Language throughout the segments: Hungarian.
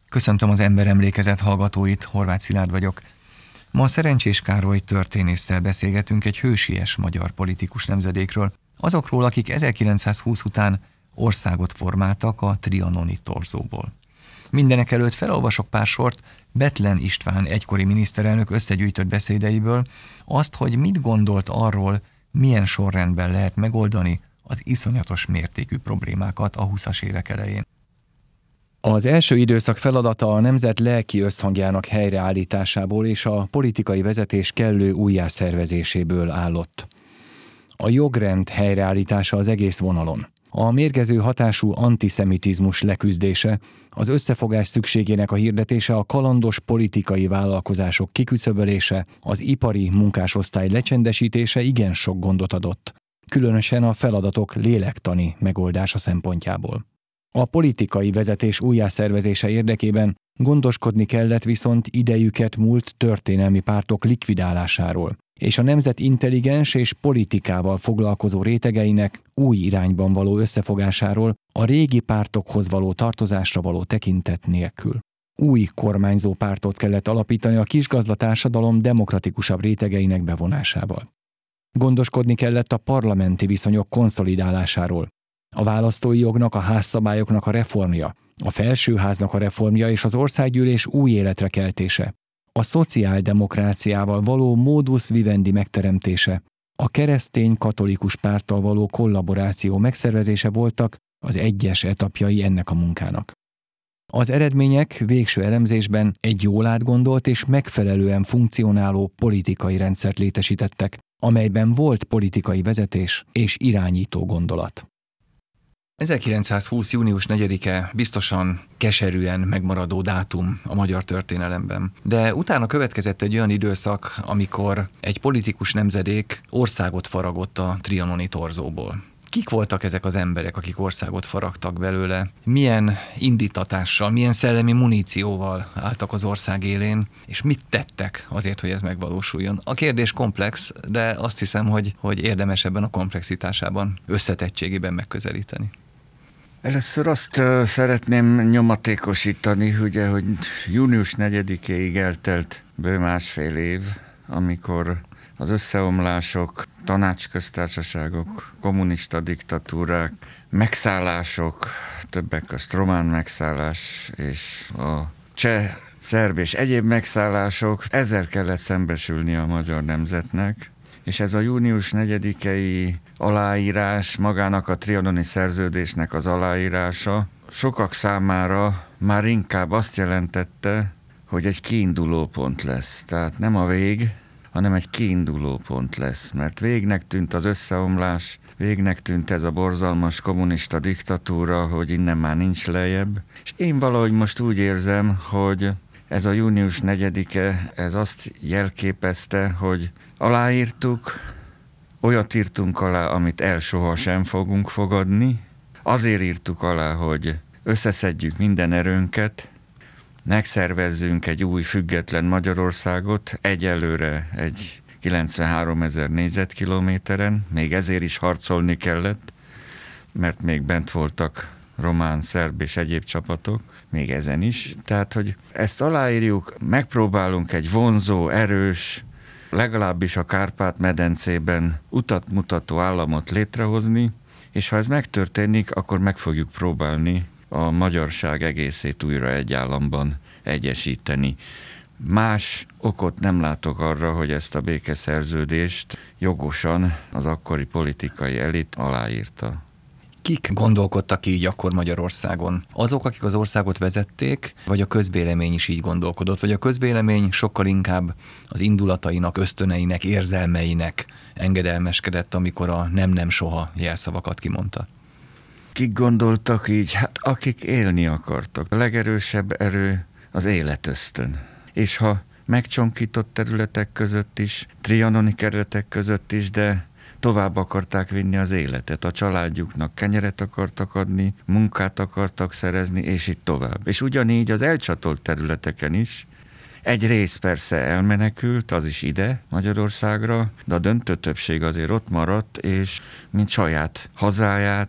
Köszöntöm az Emberemlékezet hallgatóit, Horváth Szilárd vagyok. Ma Szerencsés Károly történésszel beszélgetünk egy hősies magyar politikus nemzedékről, azokról, akik 1920 után országot formáltak a trianoni torzóból. Mindenekelőtt felolvasok pár sort Bethlen István egykori miniszterelnök összegyűjtött beszédeiből, azt, hogy mit gondolt arról, milyen sorrendben lehet megoldani az iszonyatos mértékű problémákat a 20-as évek elején. Az első időszak feladata a nemzet lelki összhangjának helyreállításából és a politikai vezetés kellő újjászervezéséből állott. A jogrend helyreállítása az egész vonalon. A mérgező hatású antiszemitizmus leküzdése, az összefogás szükségének a hirdetése, a kalandos politikai vállalkozások kiküszöbölése, az ipari munkásosztály lecsendesítése igen sok gondot adott, különösen a feladatok lélektani megoldása szempontjából. A politikai vezetés újjászervezése érdekében gondoskodni kellett viszont idejüket múlt történelmi pártok likvidálásáról, és a nemzet intelligens és politikával foglalkozó rétegeinek új irányban való összefogásáról, a régi pártokhoz való tartozásra való tekintet nélkül. Új kormányzó pártot kellett alapítani a kisgazdatársadalom demokratikusabb rétegeinek bevonásával. Gondoskodni kellett a parlamenti viszonyok konszolidálásáról, a választói jognak, a házszabályoknak a reformja, a felsőháznak a reformja és az országgyűlés új életre keltése, a szociáldemokráciával való modus vivendi megteremtése, a keresztény-katolikus párttal való kollaboráció megszervezése voltak az egyes etapjai ennek a munkának. Az eredmények végső elemzésben egy jól átgondolt és megfelelően funkcionáló politikai rendszert létesítettek, amelyben volt politikai vezetés és irányító gondolat. 1920. június 4-e biztosan keserűen megmaradó dátum a magyar történelemben. De utána következett egy olyan időszak, amikor egy politikus nemzedék országot faragott a trianoni torzóból. Kik voltak ezek az emberek, akik országot faragtak belőle? Milyen indítatással, milyen szellemi munícióval álltak az ország élén, és mit tettek azért, hogy ez megvalósuljon? A kérdés komplex, de azt hiszem, hogy érdemes ebben a komplexitásában, összetettségében megközelíteni. Először azt szeretném nyomatékosítani, ugye, hogy június 4-éig eltelt bő másfél év, amikor az összeomlások, tanácsköztársaságok, kommunista diktatúrák, megszállások, többek közt román megszállás és a cseh, szerb és egyéb megszállások, ezzel kellett szembesülni a magyar nemzetnek, és ez a június 4-i aláírás, magának a trianoni szerződésnek az aláírása sokak számára már inkább azt jelentette, hogy egy kiinduló pont lesz. Tehát nem a vég, hanem egy kiinduló pont lesz. Mert végnek tűnt az összeomlás, végnek tűnt ez a borzalmas kommunista diktatúra, hogy innen már nincs lejjebb. És én valahogy most úgy érzem, hogy ez a június 4-e, ez azt jelképezte, hogy aláírtuk, olyat írtunk alá, amit el soha sem fogunk fogadni. Azért írtuk alá, hogy összeszedjük minden erőnket, megszervezzünk egy új független Magyarországot, egyelőre egy 93 000 négyzetkilométeren, még ezért is harcolni kellett, mert még bent voltak román, szerb és egyéb csapatok, még ezen is. Tehát, hogy ezt aláírjuk, megpróbálunk egy vonzó, erős, legalábbis a Kárpát-medencében utat mutató államot létrehozni, és ha ez megtörténik, akkor meg fogjuk próbálni a magyarság egészét újra egy államban egyesíteni. Más okot nem látok arra, hogy ezt a békeszerződést jogosan az akkori politikai elit aláírta. Kik gondolkodtak így akkor Magyarországon? Azok, akik az országot vezették, vagy a közvélemény is így gondolkodott? Vagy a közvélemény sokkal inkább az indulatainak, ösztöneinek, érzelmeinek engedelmeskedett, amikor a nem soha jelszavakat kimondta? Kik gondoltak így? Hát akik élni akartak. A legerősebb erő az életösztön. És ha megcsonkított területek között is, trianoni kerületek között is, de tovább akarták vinni az életet. A családjuknak kenyeret akartak adni, munkát akartak szerezni, és így tovább. És ugyanígy az elcsatolt területeken is. Egy rész persze elmenekült, az is ide, Magyarországra, de a döntő többség azért ott maradt, és mint saját hazáját,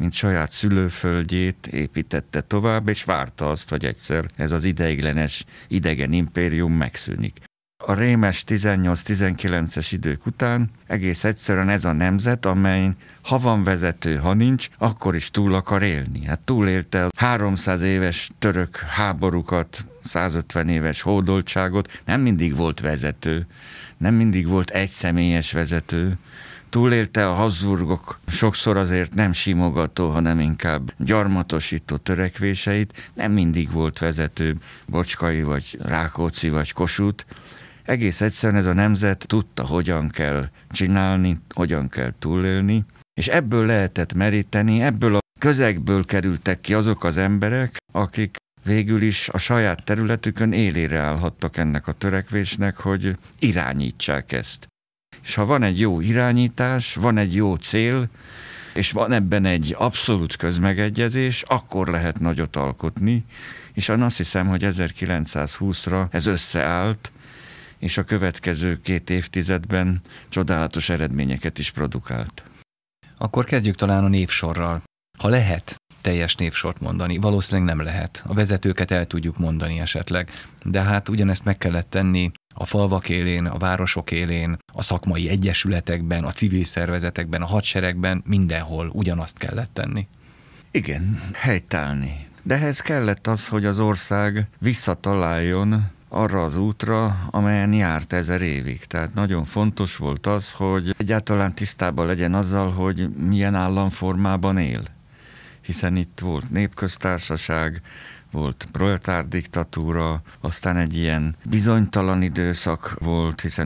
mint saját szülőföldjét építette tovább, és várta azt, hogy egyszer ez az ideiglenes idegen impérium megszűnik. A rémes 18-19-es idők után egész egyszerűen ez a nemzet, amely ha van vezető, ha nincs, akkor is túl akar élni. Hát túlélte a 300 éves török háborúkat, 150 éves hódoltságot, nem mindig volt vezető, nem mindig volt egyszemélyes vezető, túlélte a Habsburgok sokszor azért nem simogató, hanem inkább gyarmatosító törekvéseit, nem mindig volt vezető, Bocskai, vagy Rákóczi, vagy Kossuth. Egész egyszerűen ez a nemzet tudta, hogyan kell csinálni, hogyan kell túlélni, és ebből lehetett meríteni, ebből a közegből kerültek ki azok az emberek, akik végül is a saját területükön élére állhattak ennek a törekvésnek, hogy irányítsák ezt. És ha van egy jó irányítás, van egy jó cél, és van ebben egy abszolút közmegegyezés, akkor lehet nagyot alkotni, és azt hiszem, hogy 1920-ra ez összeállt, és a következő 2 évtizedben csodálatos eredményeket is produkált. Akkor kezdjük talán a névsorral. Ha lehet teljes névsort mondani, valószínűleg nem lehet. A vezetőket el tudjuk mondani esetleg, de hát ugyanezt meg kellett tenni a falvak élén, a városok élén, a szakmai egyesületekben, a civil szervezetekben, a hadseregben, mindenhol ugyanazt kellett tenni. Igen, helytállni. De ehhez kellett az, hogy az ország visszataláljon arra az útra, amelyen járt 1000 évig. Tehát nagyon fontos volt az, hogy egyáltalán tisztában legyen azzal, hogy milyen államformában él. Hiszen itt volt népköztársaság, volt proletár diktatúra, aztán egy ilyen bizonytalan időszak volt, hiszen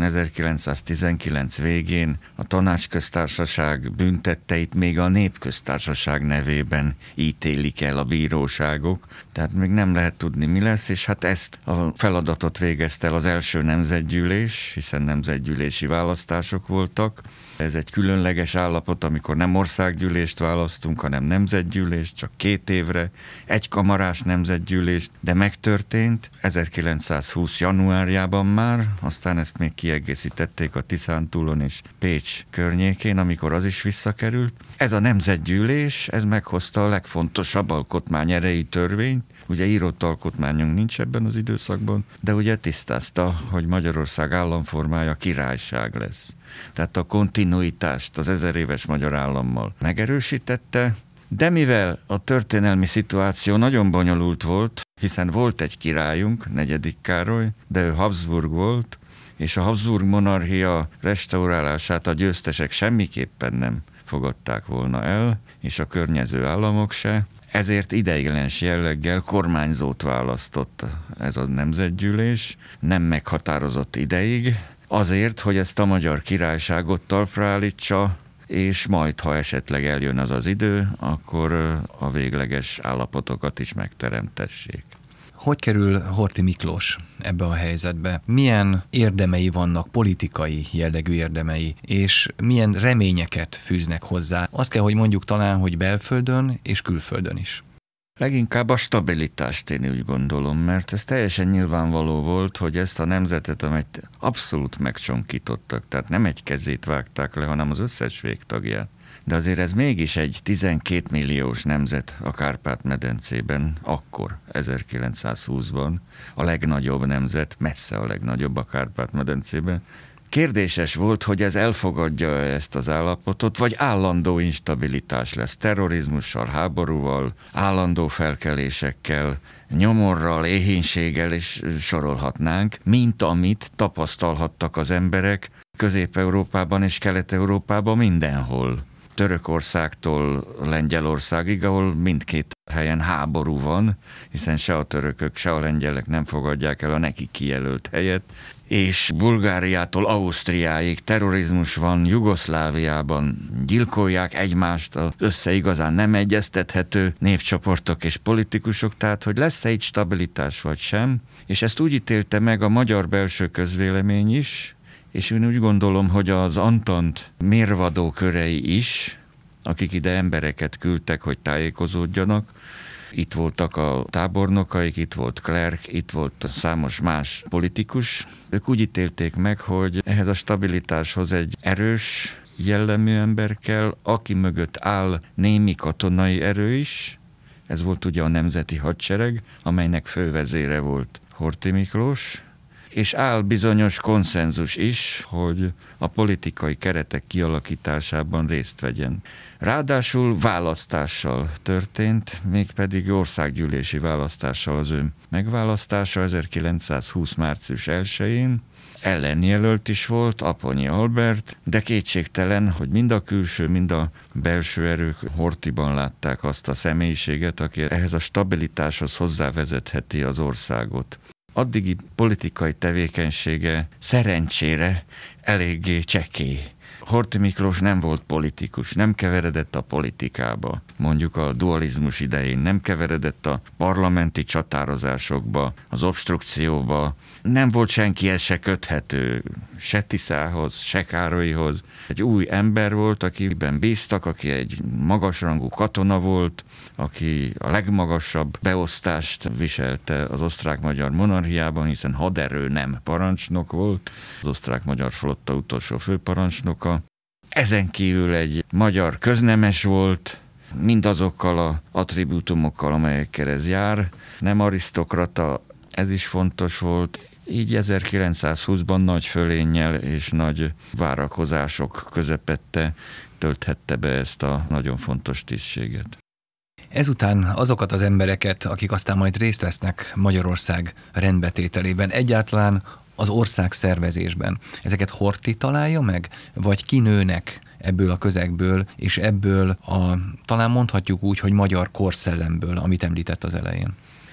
1919 végén a tanácsköztársaság büntetteit még a népköztársaság nevében ítélik el a bíróságok, tehát még nem lehet tudni, mi lesz, és hát ezt a feladatot végezte el az első nemzetgyűlés, hiszen nemzetgyűlési választások voltak. Ez egy különleges állapot, amikor nem országgyűlést választunk, hanem nemzetgyűlést, csak 2 évre, egykamarás nemzetgyűlést, de megtörtént 1920. januárjában már, aztán ezt még kiegészítették a Tiszántúlon és Pécs környékén, amikor az is visszakerült. Ez a nemzetgyűlés, ez meghozta a legfontosabb alkotmányerejű törvényt, ugye írott alkotmányunk nincs ebben az időszakban, de ugye tisztázta, hogy Magyarország államformája királyság lesz. Tehát a kontinuitást az 1000 éves magyar állammal megerősítette, de mivel a történelmi szituáció nagyon bonyolult volt, hiszen volt egy királyunk, 4. Károly, de ő Habsburg volt, és a Habsburg monarchia restaurálását a győztesek semmiképpen nem fogadták volna el, és a környező államok se, ezért ideiglenes jelleggel kormányzót választott ez a nemzetgyűlés, nem meghatározott ideig, azért, hogy ezt a magyar királyságot talpra állítsa, és majd, ha esetleg eljön az az idő, akkor a végleges állapotokat is megteremtessék. Hogy kerül Horthy Miklós ebbe a helyzetbe? Milyen érdemei vannak, politikai jellegű érdemei, és milyen reményeket fűznek hozzá? Azt kell, hogy mondjuk talán, hogy belföldön és külföldön is. Leginkább a stabilitást én úgy gondolom, mert ez teljesen nyilvánvaló volt, hogy ezt a nemzetet, amelyet abszolút megcsonkítottak, tehát nem egy kezét vágták le, hanem az összes végtagját. De azért ez mégis egy 12 milliós nemzet a Kárpát-medencében, akkor, 1920-ban, a legnagyobb nemzet, messze a legnagyobb a Kárpát-medencében. Kérdéses volt, hogy ez elfogadja ezt az állapotot, vagy állandó instabilitás lesz, terrorizmussal, háborúval, állandó felkelésekkel, nyomorral, éhínséggel is sorolhatnánk, mint amit tapasztalhattak az emberek Közép-Európában és Kelet-Európában mindenhol. Törökországtól Lengyelországig, ahol mindkét helyen háború van, hiszen se a törökök, se a lengyelek nem fogadják el a neki kijelölt helyet, és Bulgáriától Ausztriáig terrorizmus van, Jugoszláviában gyilkolják egymást, az igazán nem egyeztethető népcsoportok és politikusok, tehát hogy lesz-e itt stabilitás vagy sem, és ezt úgy ítélte meg a magyar belső közvélemény is, és én úgy gondolom, hogy az Antant mérvadó körei is, akik ide embereket küldtek, hogy tájékozódjanak, itt voltak a tábornokaik, itt volt Klerk, itt volt számos más politikus. Ők úgy ítélték meg, hogy ehhez a stabilitáshoz egy erős jellemű ember kell, aki mögött áll némi katonai erő is. Ez volt ugye a Nemzeti Hadsereg, amelynek fővezére volt Horthy Miklós, és áll bizonyos konszenzus is, hogy a politikai keretek kialakításában részt vegyen. Ráadásul választással történt, mégpedig országgyűlési választással az ő megválasztása 1920. március 1-én. Ellenjelölt is volt, Aponyi Albert, de kétségtelen, hogy mind a külső, mind a belső erők Horthyban látták azt a személyiséget, aki ehhez a stabilitáshoz hozzávezetheti az országot. Addigi politikai tevékenysége szerencsére eléggé csekély. Horthy Miklós nem volt politikus, nem keveredett a politikába, mondjuk a dualizmus idején, nem keveredett a parlamenti csatározásokba, az obstrukcióba, nem volt senkihez se köthető, se Tiszához, se Károlyhoz. Egy új ember volt, akiben bíztak, aki egy magasrangú katona volt, aki a legmagasabb beosztást viselte az osztrák-magyar monarchiában, hiszen haderő nem parancsnok volt, az osztrák-magyar flotta utolsó főparancsnoka. Ezen kívül egy magyar köznemes volt, mindazokkal az attribútumokkal, amelyekkel ez jár. Nem arisztokrata, ez is fontos volt. Így 1920-ban nagy fölénnyel és nagy várakozások közepette tölthette be ezt a nagyon fontos tisztséget. Ezután azokat az embereket, akik aztán majd részt vesznek Magyarország rendbetételében, egyáltalán az ország szervezésben, ezeket Horthy találja meg, vagy kinőnek ebből a közegből, és ebből talán mondhatjuk úgy, hogy magyar korszellemből, amit említett az elején?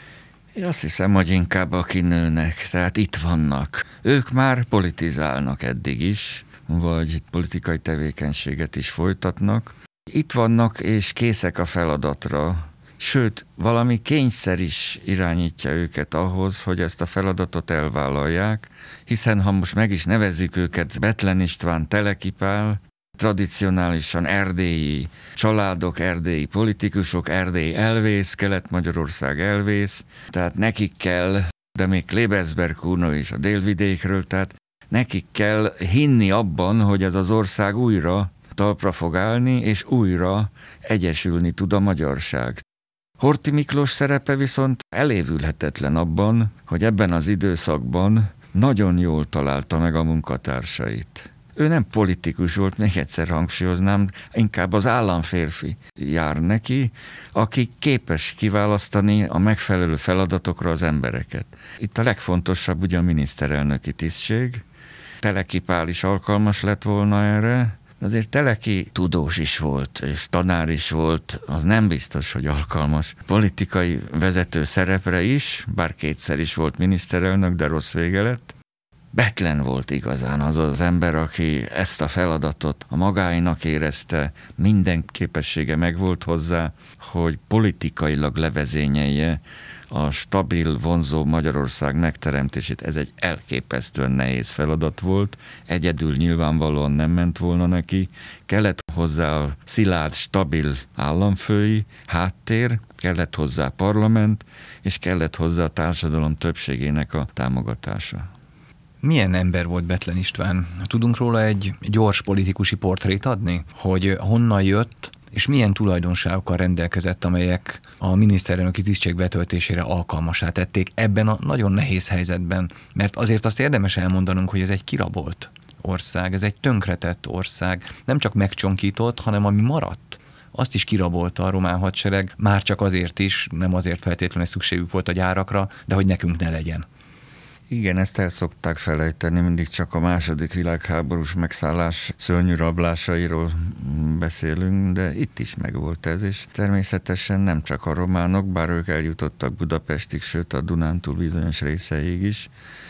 Én azt hiszem, hogy inkább a kinőnek, tehát itt vannak. Ők már politizálnak eddig is, vagy politikai tevékenységet is folytatnak. Itt vannak és készek a feladatra, sőt, valami kényszer is irányítja őket ahhoz, hogy ezt a feladatot elvállalják, hiszen ha most meg is nevezzük őket Bethlen István, Teleki Pál, tradicionálisan erdélyi családok, erdélyi politikusok, Erdély elvész, Kelet-Magyarország elvész, tehát nekik kell, de még Klebersberg Kuno is a délvidékről, tehát nekik kell hinni abban, hogy ez az ország újra talpra fog állni, és újra egyesülni tud a magyarság. Horthy Miklós szerepe viszont elévülhetetlen abban, hogy ebben az időszakban nagyon jól találta meg a munkatársait. Ő nem politikus volt, még egyszer hangsúlyoznám, inkább az államférfi jár neki, aki képes kiválasztani a megfelelő feladatokra az embereket. Itt a legfontosabb ugye a miniszterelnöki tisztség. Teleki Pál is alkalmas lett volna erre, azért Teleki tudós is volt, és tanár is volt, az nem biztos, hogy alkalmas politikai vezető szerepre is, bár kétszer is volt miniszterelnök, de rossz vége lett. Bethlen volt igazán az az ember, aki ezt a feladatot a magáinak érezte, minden képessége megvolt hozzá, hogy politikailag levezényelje a stabil, vonzó Magyarország megteremtését. Ez egy elképesztően nehéz feladat volt, egyedül nyilvánvalóan nem ment volna neki, kellett hozzá a szilárd, stabil államfői háttér, kellett hozzá parlament, és kellett hozzá a társadalom többségének a támogatása. Milyen ember volt Bethlen István? Tudunk róla egy gyors politikusi portrét adni? Hogy honnan jött, és milyen tulajdonságokkal rendelkezett, amelyek a miniszterelnöki tisztség betöltésére alkalmassá tették ebben a nagyon nehéz helyzetben? Mert azért azt érdemes elmondanunk, hogy ez egy kirabolt ország, ez egy tönkretett ország, nem csak megcsonkított, hanem ami maradt, azt is kirabolta a román hadsereg, már csak azért is, nem azért feltétlenül szükségük volt a gyárakra, de hogy nekünk ne legyen. Igen, ezt el szokták felejteni, mindig csak a második világháborús megszállás szörnyű rablásairól beszélünk, de itt is megvolt ez, és természetesen nem csak a románok, bár ők eljutottak Budapestig, sőt a Dunántúl bizonyos részeig is.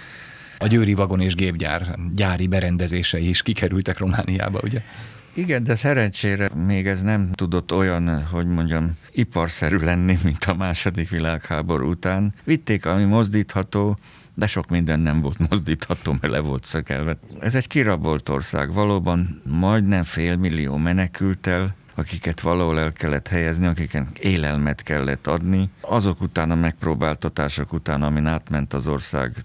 A győri vagon- és gépgyár gyári berendezései is kikerültek Romániába, ugye? Igen, de szerencsére még ez nem tudott olyan, hogy mondjam, iparszerű lenni, mint a második világháború után. Vitték, ami mozdítható, de sok minden nem volt mozdítható, mert le volt szökelve. Ez egy kirabolt ország, valóban majdnem 500 000 menekült el akiket valahol el kellett helyezni, akiken élelmet kellett adni. Azok után, a megpróbáltatások után, amin átment az ország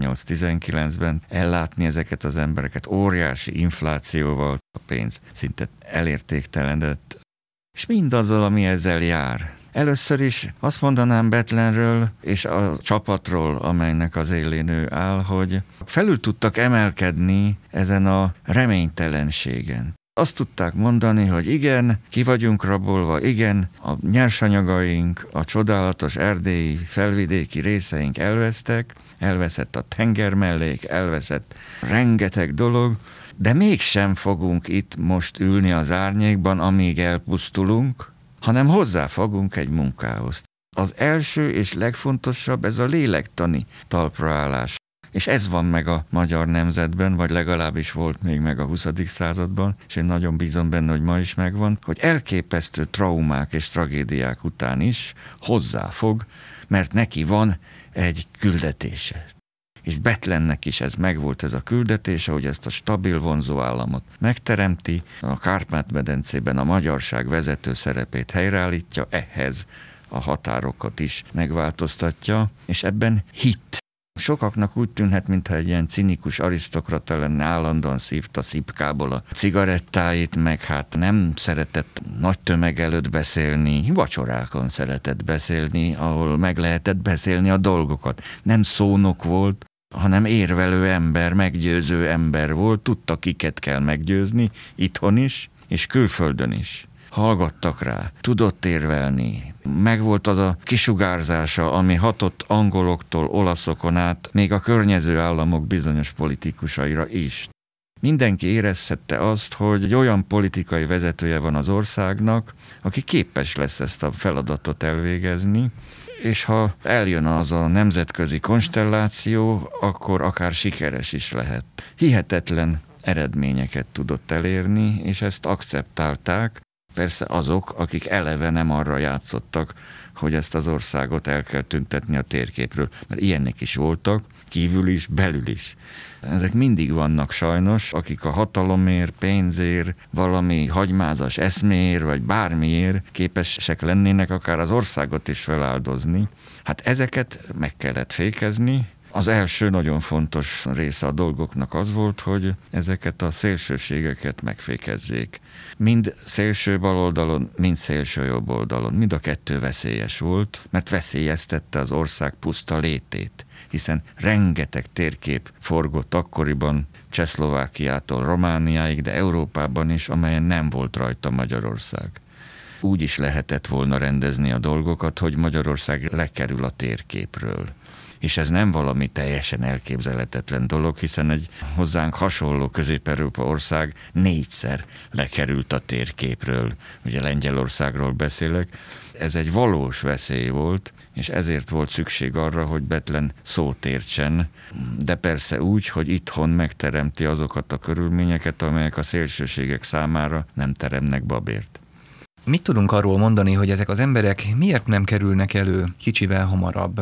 18-19-ben, ellátni ezeket az embereket óriási inflációval, a pénz szinte elértéktelenedett, és mindazzal, ami ezzel jár. Először is azt mondanám Bethlenről és a csapatról, amelynek az élén ő áll, hogy felül tudtak emelkedni ezen a reménytelenségen. Azt tudták mondani, hogy igen, ki vagyunk rabolva, igen, a nyersanyagaink, a csodálatos erdélyi, felvidéki részeink elvesztek, elveszett a tengermellék, elveszett rengeteg dolog, de mégsem fogunk itt most ülni az árnyékban, amíg elpusztulunk, hanem hozzáfogunk egy munkához. Az első és legfontosabb ez a lélektani talpraállás. És ez van meg a magyar nemzetben, vagy legalábbis volt még meg a 20. században, és én nagyon bízom benne, hogy ma is megvan, hogy elképesztő traumák és tragédiák után is hozzáfog, mert neki van egy küldetése. És Bethlennek is ez megvolt, ez a küldetése, hogy ezt a stabil vonzó államot megteremti, a Kárpát-medencében a magyarság vezető szerepét helyreállítja, ehhez a határokat is megváltoztatja, és ebben hit. Sokaknak úgy tűnhet, mintha egy ilyen cinikus arisztokrata lenne, állandóan szívta szipkából a cigarettáit, meg hát nem szeretett nagy tömeg előtt beszélni, vacsorákon szeretett beszélni, ahol meg lehetett beszélni a dolgokat. Nem szónok volt, hanem érvelő ember, meggyőző ember volt, tudta, kiket kell meggyőzni, itthon is, és külföldön is. Hallgattak rá, tudott érvelni, megvolt az a kisugárzása, ami hatott angoloktól, olaszokon át, még a környező államok bizonyos politikusaira is. Mindenki érezhette azt, hogy egy olyan politikai vezetője van az országnak, aki képes lesz ezt a feladatot elvégezni, és ha eljön az a nemzetközi konstelláció, akkor akár sikeres is lehet. Hihetetlen eredményeket tudott elérni, és ezt akceptálták. Persze azok, akik eleve nem arra játszottak, hogy ezt az országot el kell tüntetni a térképről, mert ilyenek is voltak, kívül is, belül is. Ezek mindig vannak sajnos, akik a hatalomért, pénzért, valami hagymázas eszméért, vagy bármiért képesek lennének akár az országot is feláldozni. Hát ezeket meg kellett fékezni. Az első nagyon fontos része a dolgoknak az volt, hogy ezeket a szélsőségeket megfékezzék. Mind szélső baloldalon, mind szélső jobb oldalon. Mind a kettő veszélyes volt, mert veszélyeztette az ország puszta létét, hiszen rengeteg térkép forgott akkoriban Csehszlovákiától Romániáig, de Európában is, amelyen nem volt rajta Magyarország. Úgy is lehetett volna rendezni a dolgokat, hogy Magyarország lekerül a térképről. És ez nem valami teljesen elképzelhetetlen dolog, hiszen egy hozzánk hasonló Közép-Európa ország 4-szer lekerült a térképről. Ugye Lengyelországról beszélek. Ez egy valós veszély volt, és ezért volt szükség arra, hogy Bethlen szót értsen, de persze úgy, hogy itthon megteremti azokat a körülményeket, amelyek a szélsőségek számára nem teremnek babért. Mit tudunk arról mondani, hogy ezek az emberek miért nem kerülnek elő kicsivel hamarabb?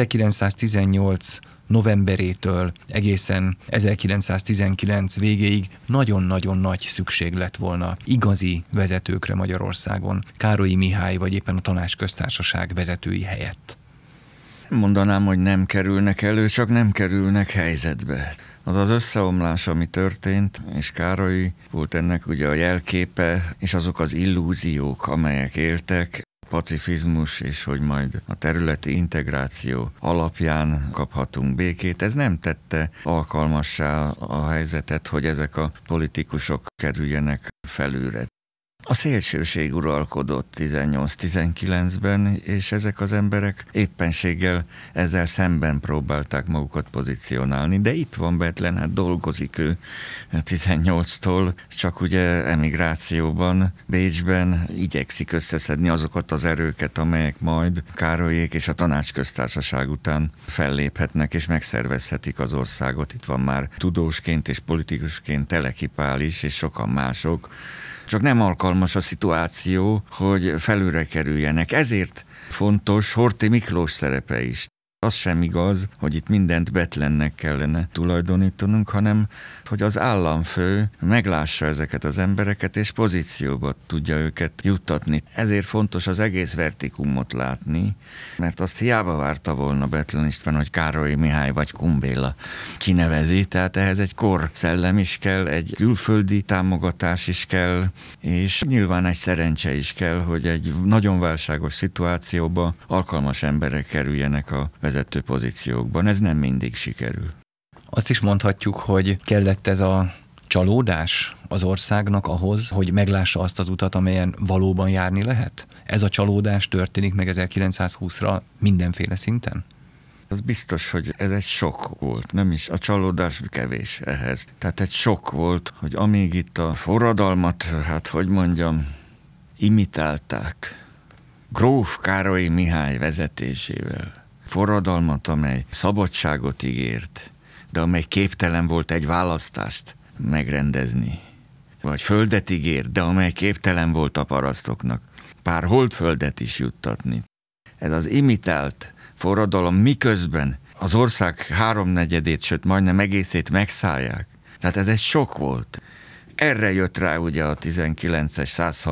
1918 novemberétől egészen 1919 végéig nagyon-nagyon nagy szükség lett volna igazi vezetőkre Magyarországon, Károlyi Mihály vagy éppen a Tanácsköztársaság vezetői helyett. Mondanám, hogy nem kerülnek elő, csak nem kerülnek helyzetbe. Az az összeomlás, ami történt, és Károly volt ennek ugye a jelképe, és azok az illúziók, amelyek éltek, pacifizmus, és hogy majd a területi integráció alapján kaphatunk békét, ez nem tette alkalmassá a helyzetet, hogy ezek a politikusok kerüljenek felülre. A szélsőség uralkodott 18-19-ben, és ezek az emberek éppenséggel ezzel szemben próbálták magukat pozícionálni, de itt van Bethlen, hát dolgozik ő 18-tól, csak ugye emigrációban, Bécsben igyekszik összeszedni azokat az erőket, amelyek majd Károlyék és a Tanácsköztársaság után felléphetnek és megszervezhetik az országot. Itt van már tudósként és politikusként Teleki Pál is, és sokan mások. Csak nem alkalmas a szituáció, hogy felülre kerüljenek. Ezért fontos Horthy Miklós szerepe is. Az sem igaz, hogy itt mindent Bethlennek kellene tulajdonítanunk, hanem hogy az államfő meglássa ezeket az embereket, és pozícióba tudja őket juttatni. Ezért fontos az egész vertikumot látni, mert azt hiába várta volna Bethlen István, hogy Károly Mihály vagy Kumbéla kinevezi, tehát ehhez egy korszellem is kell, egy külföldi támogatás is kell, és nyilván egy szerencse is kell, hogy egy nagyon válságos szituációba alkalmas emberek kerüljenek a vezető pozíciókban. Ez nem mindig sikerül. Azt is mondhatjuk, hogy kellett ez a csalódás az országnak ahhoz, hogy meglássa azt az utat, amelyen valóban járni lehet? Ez a csalódás történik meg 1920-ra mindenféle szinten? Az biztos, hogy ez egy sok volt, nem is a csalódás kevés ehhez. Tehát egy sok volt, hogy amíg itt a forradalmat, imitálták gróf Károly Mihály vezetésével, forradalmat, amely szabadságot ígért, de amely képtelen volt egy választást megrendezni, vagy földet ígért, de amely képtelen volt a parasztoknak pár holdföldet is juttatni. Ez az imitált forradalom, miközben az ország 3/4, sőt majdnem egészét megszállják. Tehát ez egy sok volt. Erre jött rá ugye a 19-es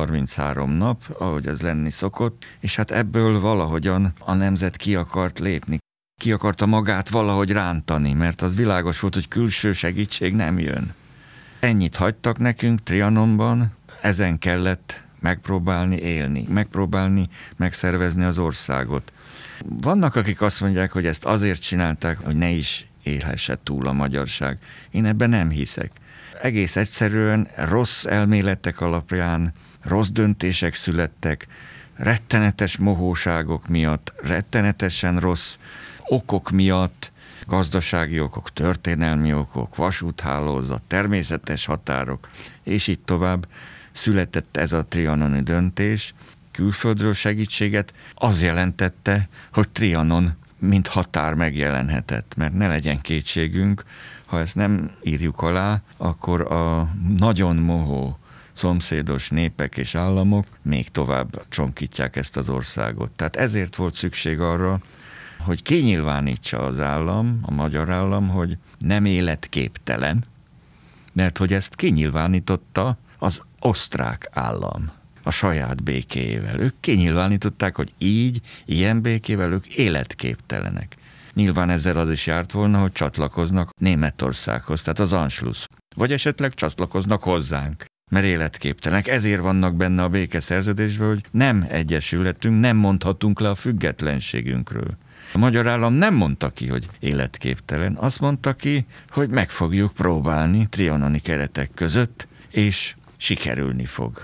133 nap, ahogy az lenni szokott, és hát ebből valahogyan a nemzet ki akart lépni. Ki akarta magát valahogy rántani, mert az világos volt, hogy külső segítség nem jön. Ennyit hagytak nekünk Trianonban, ezen kellett megpróbálni élni, megpróbálni megszervezni az országot. Vannak, akik azt mondják, hogy ezt azért csinálták, hogy ne is élhesse túl a magyarság. Én ebben nem hiszek. Egész egyszerűen rossz elméletek alapján rossz döntések születtek, rettenetes mohóságok miatt, rettenetesen rossz okok miatt, gazdasági okok, történelmi okok, vasúthálózat, természetes határok, és így tovább született ez a trianoni döntés. Külföldről segítséget az jelentette, hogy Trianon mint határ megjelenhetett, mert ne legyen kétségünk, ha ezt nem írjuk alá, akkor a nagyon mohó szomszédos népek és államok még tovább csonkítják ezt az országot. Tehát ezért volt szükség arra, hogy kinyilvánítsa az állam, a magyar állam, hogy nem életképtelen, mert hogy ezt kinyilvánította az osztrák állam a saját békéjével. Ők kinyilvánították, hogy így, ilyen békével ők életképtelenek. Nyilván ezzel az is járt volna, hogy csatlakoznak Németországhoz, tehát az Anschluss. Vagy esetleg csatlakoznak hozzánk, mert életképtelenek. Ezért vannak benne a békeszerződésben, hogy nem egyesülhetünk, nem mondhatunk le a függetlenségünkről. A magyar állam nem mondta ki, hogy életképtelen, azt mondta ki, hogy meg fogjuk próbálni trianoni keretek között, és sikerülni fog.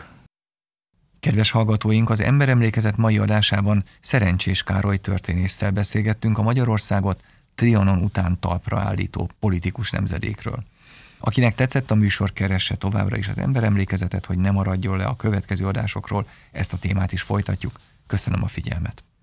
Kedves hallgatóink, az Emberemlékezet mai adásában Szerencsés Károly történésszel beszélgettünk a Magyarországot Trianon után talpra állító politikus nemzedékről. Akinek tetszett a műsor, keresse továbbra is az Emberemlékezetet, hogy ne maradjon le a következő adásokról, ezt a témát is folytatjuk. Köszönöm a figyelmet!